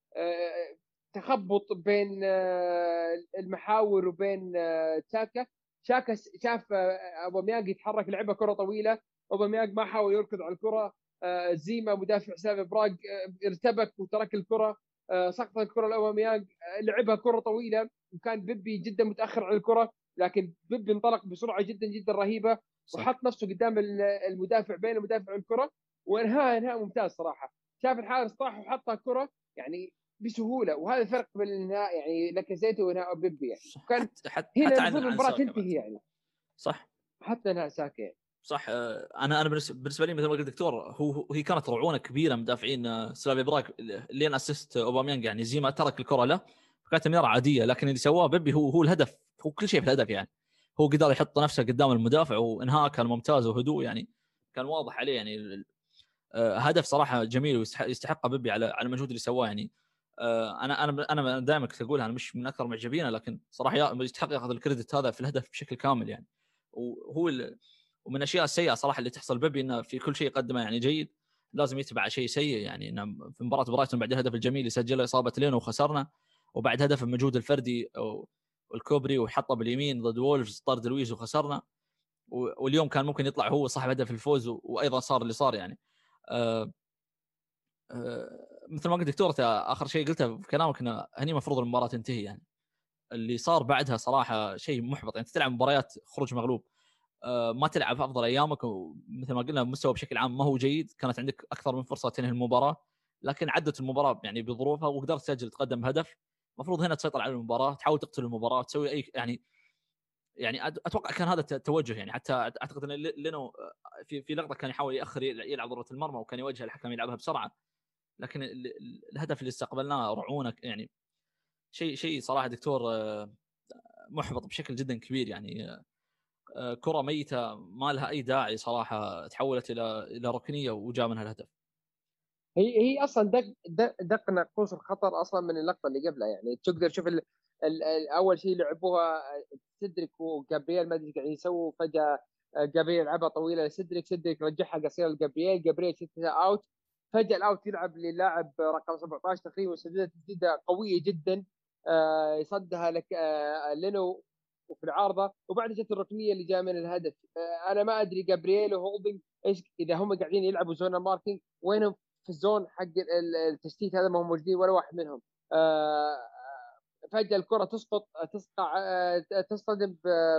تخبط بين المحاور وبين تشاكا. شاكا شاف اوباميانج يتحرك لعبه كره طويله، اوباميانج ما حاول يركض على الكره، زيما مدافع سلافيا براغ ارتبك وترك الكره، سقط الكره لاوباميانغ، لعبها كره طويله وكان بيبي جدا متاخر عن الكره، لكن بيبي انطلق بسرعه جدا جدا رهيبه وحط نفسه قدام المدافع بين المدافع والكره وانهاء انهاء ممتاز صراحه. شاف الحارس طاح وحطها كره يعني بسهوله، وهذا الفرق بين الانهاء يعني لاكازيت وانهاء بيبي يعني. كان حتى حتى هنا حتى المفروض المباراه تنتهي يعني. صح حتى انهاء ساكا يعني. صح. انا انا بالنسبه لي مثل ما قلت دكتور، هو هي كانت رعونه كبيره مدافعين سلافيا براغ لين اسيست اوباميانغ يعني، زي ما ترك الكره له كانت تمريره عاديه، لكن اللي سواه بيبي هو هو الهدف، هو كل شيء في الهدف يعني. هو قدر يحط نفسه قدام المدافع وانهاء كان ممتاز وهدوء يعني، كان واضح عليه يعني. هدف صراحه جميل ويستحق بيبي على على المجهود اللي سواه يعني. انا انا انا دائما كنت اقول انا مش من اكثر معجبينه، لكن صراحه يستحق ياخذ الكريدت هذا في الهدف بشكل كامل يعني. وهو ومن الاشياء السيئه صراحه اللي تحصل بيبي انه في كل شيء يقدمه يعني جيد لازم يتبع شيء سيء يعني. إنه في مباراه برايتون بعد الهدف الجميل اللي سجله اصابه لينو وخسرنا، وبعد هدف المجهود الفردي والكوبري وحطه باليمين ضد وولفز طرد لويز وخسرنا، واليوم كان ممكن يطلع هو صاحب هدف الفوز وايضا صار اللي صار يعني. أه أه مثل ما قلت دكتور اخر شيء قلته في كلامك انه هني المفروض المباراه تنتهي يعني. اللي صار بعدها صراحه شيء محبط يعني. تلعب مباريات خروج مغلوب، ما تلعب في افضل ايامك، ومثل ما قلنا المستوى بشكل عام ما هو جيد، كانت عندك اكثر من فرصه تنهي المباراه لكن عدت المباراه يعني بظروفها وقدرت تسجل تقدم بهدف. المفروض هنا تسيطر على المباراه، تحاول تقتل المباراه، تسوي اي يعني يعني اتوقع كان هذا التوجه يعني. حتى اعتقد ان لينو في في لقطه كان يحاول ياخر يلعب ضربه المرمى وكان يوجه الحكم يلعبها بسرعه، لكن الهدف اللي استقبلناه رعونه يعني. شيء شيء صراحه دكتور محبط بشكل جدا كبير يعني. كرة ميتة ما لها أي داعي صراحة، تحولت إلى إلى ركنية وجاء منها الهدف. هي هي أصلا دق دق, دق ناقوس الخطر أصلا من اللقطة اللي قبلها يعني. تقدر تشوف ال ال أول شيء لعبوها سيدريك وجابرييل ما أدري قاعدين يسووا، فجأة جابرييل لعبها طويلة لسيدريك، سيدريك رجعها قصيرة لجابرييل، جابرييل شتها أوت، فجأة الأوت يلعب للاعب رقم سبعة عشر تقريبا وسددت تسديدة قوية جدا آه يصدها لك آه لينو وفي العارضة، وبعد جت الركنية اللي جاء من الهدف. آه أنا ما أدري جابرييل وهولدنج إيش إذا هم قاعدين يلعبوا زون ماركينج وينهم في الزون حق التشتيت هذا، ما هم موجودين ولا واحد منهم. آه فجأة الكرة تسقط تسقع آه تصطدم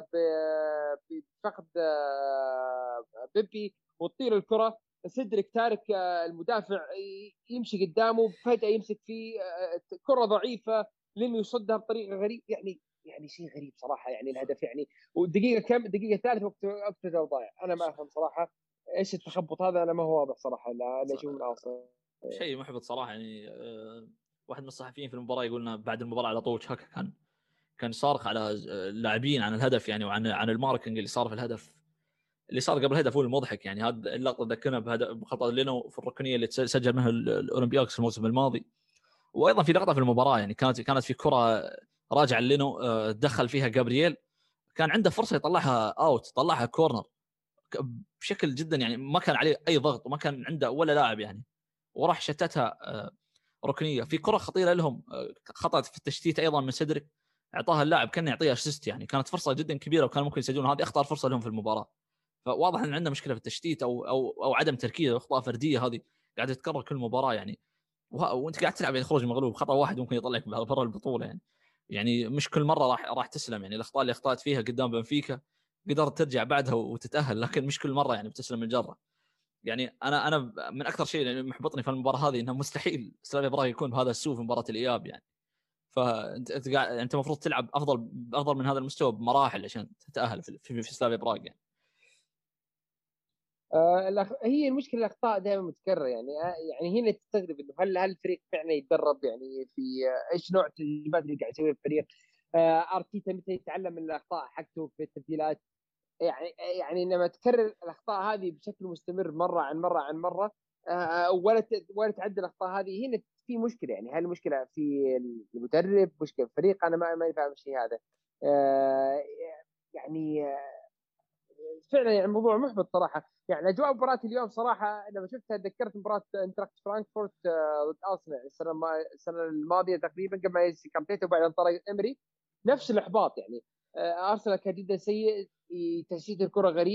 بفخذ آه بيبي وتطير الكرة، سيدريك تارك آه المدافع يمشي قدامه، فجأة يمسك فيه آه كرة ضعيفة لم يصدها بطريقة غريبة يعني. يعني شيء غريب صراحة يعني الهدف يعني. ودقيقة كم دقيقة ثالثة وقت وقت ضايع. أنا ما أفهم صراحة ايش التخبط هذا، انا ما هو واضح صراحه لا لا اشوف من اصلا. شيء محبط صراحه يعني. أه واحد من الصحفيين في المباراه يقولنا بعد المباراه على طول شاكا كان كان صارخ على اللاعبين عن الهدف يعني، وعن عن الماركينج اللي صار في الهدف اللي صار قبل الهدف. هو المضحك يعني. هذا اللقطه ذكرنا بخطا لينو في الركنيه اللي سجل منها الاولمبياكس في الموسم الماضي، وايضا في لقطه في المباراه يعني كانت كانت في كره راجعه لينو دخل فيها جابرييل، كان عنده فرصه يطلعها اوت، طلعها كورنر بشكل جدا يعني ما كان عليه اي ضغط وما كان عنده ولا لاعب يعني، وراح شتتها ركنيه. في كره خطيره لهم خطا في التشتيت ايضا من سيدريك، اعطاها اللاعب كان يعطيها اسيست يعني، كانت فرصه جدا كبيره وكان ممكن يسجلون. هذه اخطر فرصه لهم في المباراه. فواضح ان عندنا مشكله في التشتيت او او او عدم تركيز، اخطاء فرديه هذه قاعده تتكرر كل مباراه يعني. وانت قاعد تلعب يعني خروج مغلوب، خطا واحد ممكن يطلعك برا البطوله يعني. يعني مش كل مره راح راح تسلم يعني. الاخطاء اللي اخطات فيها قدام بنفيكا قدرت ترجع بعدها وتتاهل، لكن مش كل مره يعني بتسلم الجره يعني. انا انا من اكثر شيء يعني محبطني في المباراه هذه انه مستحيل سلافيا براغ يكون بهذا السوء في مباراه الاياب يعني. فانت انت قاعد انت المفروض تلعب افضل افضل من هذا المستوى بمراحل عشان تتاهل في في, في سلافيا براغ يعني. آه هي المشكله الاخطاء دائما متكرره يعني. آه يعني هنا تستغرب انه هل هل الفريق فعلا يتدرب يعني في آه ايش نوع التدريبات اللي قاعد يسويها الفريق؟ آه ارتيتا متى يتعلم من الاخطاء حقته في التبديلات؟ يعني يعني لما تكرر الاخطاء هذه بشكل مستمر مره عن مره عن مره آه ولا ولا تعدل الاخطاء هذه، هنا في مشكله يعني. هل المشكله في المدرب؟ مشكله في الفريق؟ انا ما ما فاهم الشيء هذا. آه يعني فعلا يعني الموضوع محبط صراحه يعني. اجواء مباراه اليوم صراحه لما شفتها تذكرت مباراه انتراكت فرانكفورت ضد ارسنال السنه السنه الماضيه تقريبا قبل ما يجي كامبيتو وبعدين طلع امري، نفس الاحباط يعني. ارسنال كان جدا سيء، تسديد الكره غريب،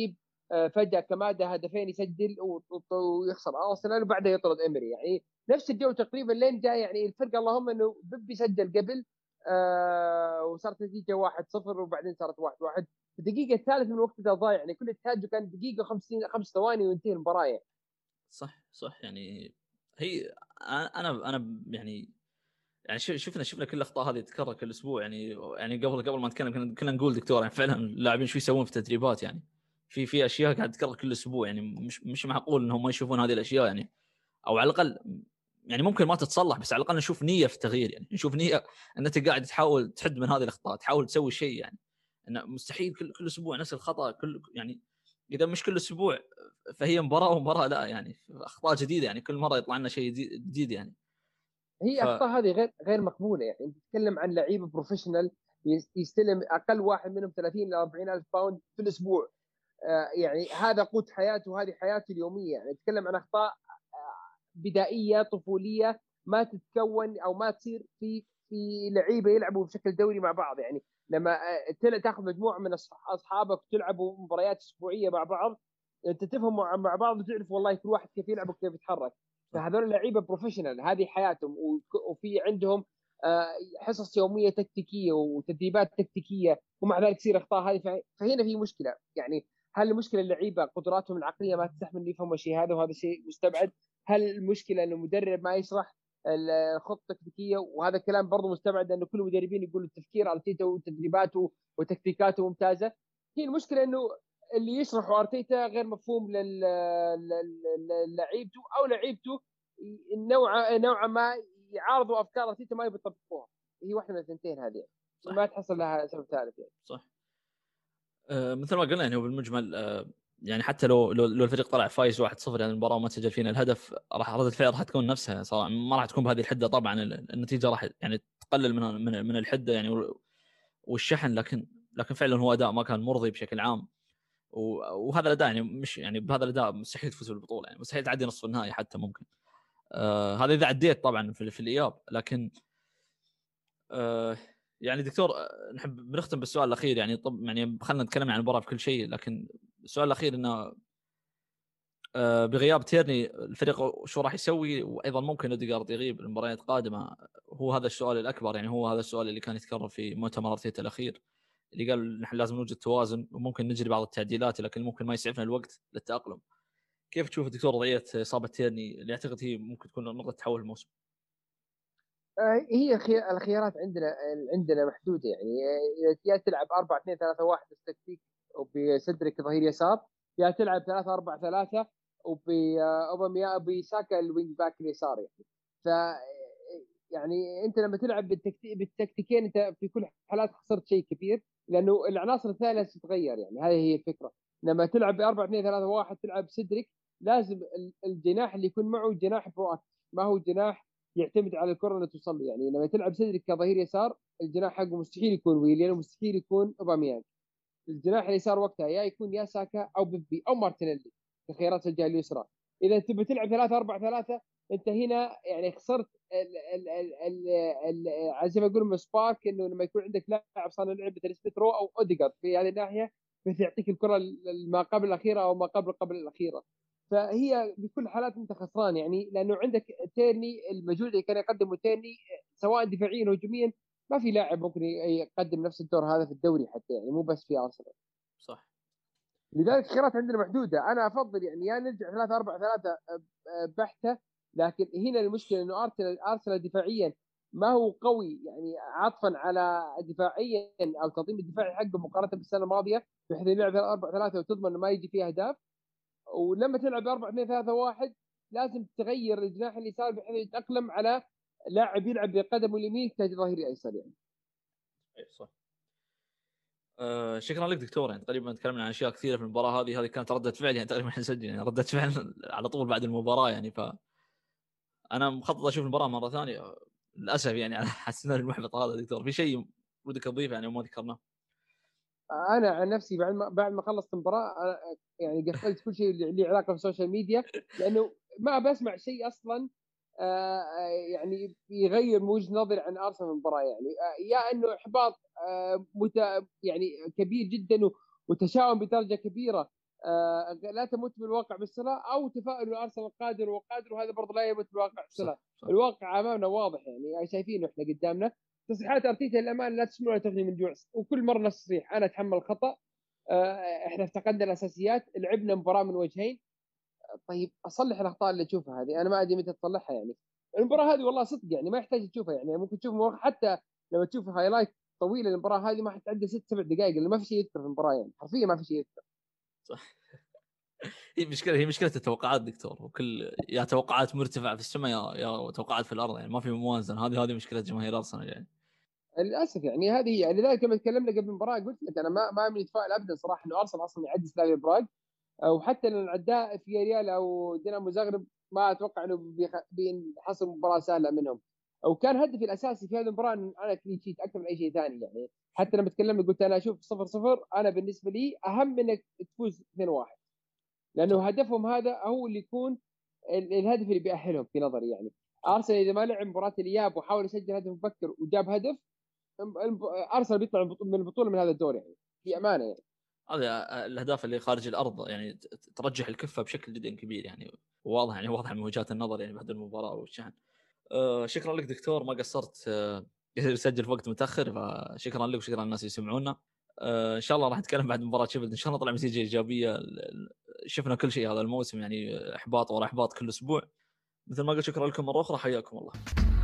فجأة كمادة هدفين يسجل ويخسر أرسنال وبعدها يطرد إمري. يعني نفس الجو تقريبا لين جاء، يعني الفرق اللهم إنه بيبي سجل قبل آه وصارت نتيجة واحد صفر وبعدين صارت واحد واحد في الدقيقة الثالث من الوقت ده ضايع. يعني كل اجتهاده كان دقيقة خمسين خمس ثواني وينتهي المباراة. صح صح يعني هي أنا أنا يعني يعني شفنا شفنا كل الاخطاء هذه تتكرر كل اسبوع. يعني يعني قبل قبل ما نتكلم كنا نقول دكتور يعني فعلا اللاعبين شو يسوون في التدريبات. يعني في في اشياء قاعد تتكرر كل اسبوع. يعني مش مش معقول انهم ما يشوفون هذه الاشياء. يعني او على الاقل يعني ممكن ما تتصلح، بس على الاقل نشوف نيه في التغيير. يعني نشوف نيه ان انت قاعد تحاول تحد من هذه الاخطاء، تحاول تسوي شيء. يعني انه مستحيل كل كل اسبوع نفس الخطا. كل يعني اذا مش كل اسبوع فهي مباراه ومباراه لا، يعني اخطاء جديده. يعني كل مره يطلع لنا شيء جديد. يعني هي ف... اخطاء هذه غير غير مقبوله. يعني انت تتكلم عن لعيبه بروفيشنال يستلم اقل واحد منهم ثلاثين الى أربعين الف باوند في الاسبوع. آه يعني هذا قوت حياته وهذه حياته اليوميه. يعني تتكلم عن اخطاء بدائيه طفوليه ما تتكون او ما تصير في في لعيبه يلعبوا بشكل دوري مع بعض. يعني لما تاخذ مجموعه من اصحابك وتلعبوا مباريات اسبوعيه مع بعض، انت تفهم مع بعض وتعرف والله كل واحد كيف يلعب وكيف يتحرك. فهذول اللعيبه بروفيشنال هذه حياتهم، وفي عندهم حصص يوميه تكتيكيه وتدريبات تكتيكيه، ومع ذلك تصير اخطاء هذه. فهنا في مشكله. يعني هل المشكله اللعيبه قدراتهم العقليه ما تستحمل يفهموا الشيء هذا وهذا شيء مستبعد؟ هل المشكله انه المدرب ما يشرح الخطه التكتيكيه؟ وهذا الكلام برضه مستبعد، لانه كل المدربين يقولوا التفكير ارتيتا وتدريباته وتكتيكاته ممتازه. هي المشكله انه اللي يشرحه ارتيتا غير مفهوم للعيبته، او لعيبته نوعا نوعا ما يعارضوا افكار ارتيتا ما يطبقوها. هي واحده من الثنتين هذه ما تحصل لها سبب ثالث. يعني صح. آه مثل ما قلنا يعني هو بالمجمل آه يعني حتى لو لو, لو الفريق طلع فايز واحد صفر يعني المباراه وما سجل فينا الهدف، راح ردة الفعل راح تكون نفسها صراحه. ما راح تكون بهذه الحده طبعا. النتيجه راح يعني تقلل من من, من الحده يعني والشحن. لكن لكن فعلا هو اداء ما كان مرضي بشكل عام. وهذا الاداء يعني مش يعني بهذا الاداء مستحيل تفوز بالبطوله. يعني مستحيل تعدي نصف النهائي حتى ممكن. آه هذا اذا عديت طبعا في, في الاياب. لكن آه يعني دكتور نحب بنختم بالسؤال الاخير. يعني طب يعني خلينا نتكلم عن المباراه في كل شيء، لكن السؤال الاخير انه آه بغياب تيرني الفريق شو راح يسوي؟ وايضا ممكن اوديغارد يغيب المباريات القادمه. هو هذا السؤال الاكبر. يعني هو هذا السؤال اللي كان يتكرر في مؤتمر ارتيتا الاخير، اللي قال نحن لازم نوجد توازن وممكن نجري بعض التعديلات، لكن ممكن ما يسعفنا الوقت للتاقلم. كيف تشوف دكتور وضعيه اصابه تيرني اللي اعتقد هي ممكن تكون نقطه تحول الموسم؟ هي الخيارات عندنا عندنا محدوده. يعني يا تلعب أربعة اثنين ثلاثة واحد تكتيك وبسدرك ظهير يسار، يا تلعب ثلاثة أربعة ثلاثة وبأوباميا بساكا الوينج باك اليسار. يعني ف يعني انت لما تلعب بالتكتيك بالتكتيكين انت في كل حالات خسرت شيء كبير، لانه العناصر الثانيه تتغير. يعني هذه هي الفكره. لما تلعب ب أربعة اثنين ثلاثة واحد تلعب سدرك، لازم الجناح اللي يكون معه جناح برو، ما هو جناح يعتمد على الكره اللي توصل له. يعني لما تلعب سدرك كظهير يسار، الجناح حقه مستحيل يكون ويليان ومستحيل يكون اوباميانج. الجناح اليسار وقتها يا يكون يا ساكا او بيبي او مارتينيلي كخيارات الجهه اليسرى. اذا تبي تلعب ثلاثة أربعة ثلاثة انت هنا يعني خسرت زي ما يقولون سبارك، انه لما يكون عندك لاعب صانع لعب مثل سميث رو او اوديغارد في هذه الناحيه بيعطيك الكره ما قبل الاخيره او ما قبل قبل الاخيره. فهي بكل الحالات انت خسران. يعني لانه عندك تيرني المجهود اللي كان يقدمه تيرني سواء دفاعيا وهجوميا ما في لاعب ممكن يقدم نفس الدور هذا في الدوري حتى، يعني مو بس في ارسنال. صح. لذلك الخيارات عندنا محدوده. انا افضل يعني يا نرجع ثلاثة أربعة ثلاثة بحته، لكن هنا المشكله انه ارسنال ارسنال دفاعيا ما هو قوي، يعني عطفا على دفاعيا او تنظيم الدفاعي حقه مقارنه بالسنه الماضيه، بحيث يلعب أربعة ثلاثة وتضمن انه ما يجي فيه اهداف. ولما تلعب أربعة اثنين ثلاثة واحد لازم تغير الجناح اليسار بحيث يتاقلم على لاعب يلعب بقدمه اليمين كظهير ايسر. يعني صح. أه شكرا لك دكتور. يعني تقريبا تكلمنا عن اشياء كثيره في المباراه هذه. هذه كانت رده فعل يعني تقريبا نسجل يعني رده فعل على طول بعد المباراه. يعني ف انا مخطط اشوف المباراه مره ثانيه للاسف. يعني على حسنا المحبط هذا دكتور، في شيء ودك تضيفه يعني وما ذكرناه؟ انا عن نفسي بعد ما بعد ما خلصت المباراه يعني قفلت كل شيء اللي له علاقه بالسوشيال ميديا، لانه ما بسمع شيء اصلا يعني يغير وجهه نظري عن ارسنال المباراه. يعني يا انه احباط مت يعني كبير جدا وتشاؤم بدرجه كبيره آه لا تموت بالواقع بالصلاه، او تفاؤل ارسنال قادر وقادر، وهذا برضه لا يموت بالواقع بالصلاه. الواقع امامنا واضح يعني، شايفينه احنا قدامنا. تصريحات ارتيتا للامانه لا تشمل ولا تغني من جوع، وكل مره نفس التصريح: انا اتحمل الخطا، آه احنا افتقدنا الاساسيات، لعبنا مباراه من وجهين. طيب اصلح الاخطاء اللي تشوفها هذه، انا ما ادري متى تصلحها يعني. المباراه هذه والله صدق يعني ما يحتاج تشوفها يعني، ممكن تشوف حتى لما تشوف هايلايت طويله المباراه هذه ما حتعدي ست سبع دقائق، اللي ما في شيء يذكر في المباراه يعني، حرفيا ما في شيء يذكر. صح. هي مشكله هي مشكله التوقعات دكتور، وكل يا توقعات مرتفعه في السماء يا يا توقعات في الارض، يعني ما في موازنه. هذه هذه مشكله جماهير ارسنال يعني. للاسف يعني هذه يعني، لذلك لما تكلمنا قبل المباراه قلت لك انا ما ما من يتفائل ابدا صراحه انه ارسنال اصلا يعدي سلافيا براغ، او حتى لو العداء في ريال او دينامو زغرب ما اتوقع انه بيخ- بينحصل مباراه سهله منهم. او كان هدفي الاساسي في هذه المباراه ان انا كلين شيت اكثر من اي شيء ثاني يعني. حتى لما تكلمنا قلت انا اشوف صفر صفر انا بالنسبه لي اهم من انك تفوز اثنين واحد، لانه هدفهم هذا هو اللي يكون ال- الهدف اللي بيأهلهم في نظري يعني. ارسنال اذا ما لعب مباراه الاياب وحاول يسجل هدف مبكر وجاب هدف، ارسنال بيطلع من البطوله من هذا الدور يعني، في امانه يعني. هذا الاهداف اللي خارج الارض يعني ترجح الكفه بشكل جدا كبير يعني، واضح يعني واضح من وجهات النظر يعني بعد المباراه والشحن. أه شكرا لك دكتور، ما قصرت. أه يسجل في وقت متاخر، فشكرا لك وشكرا للناس اللي يسمعونا. أه ان شاء الله راح نتكلم بعد مباراه شيفيلد، ان شاء الله طلع نتيجه ايجابيه. شفنا كل شيء هذا الموسم يعني، احباط ورا احباط كل اسبوع. مثل ما قلت شكرا لكم مره اخرى، حياكم الله.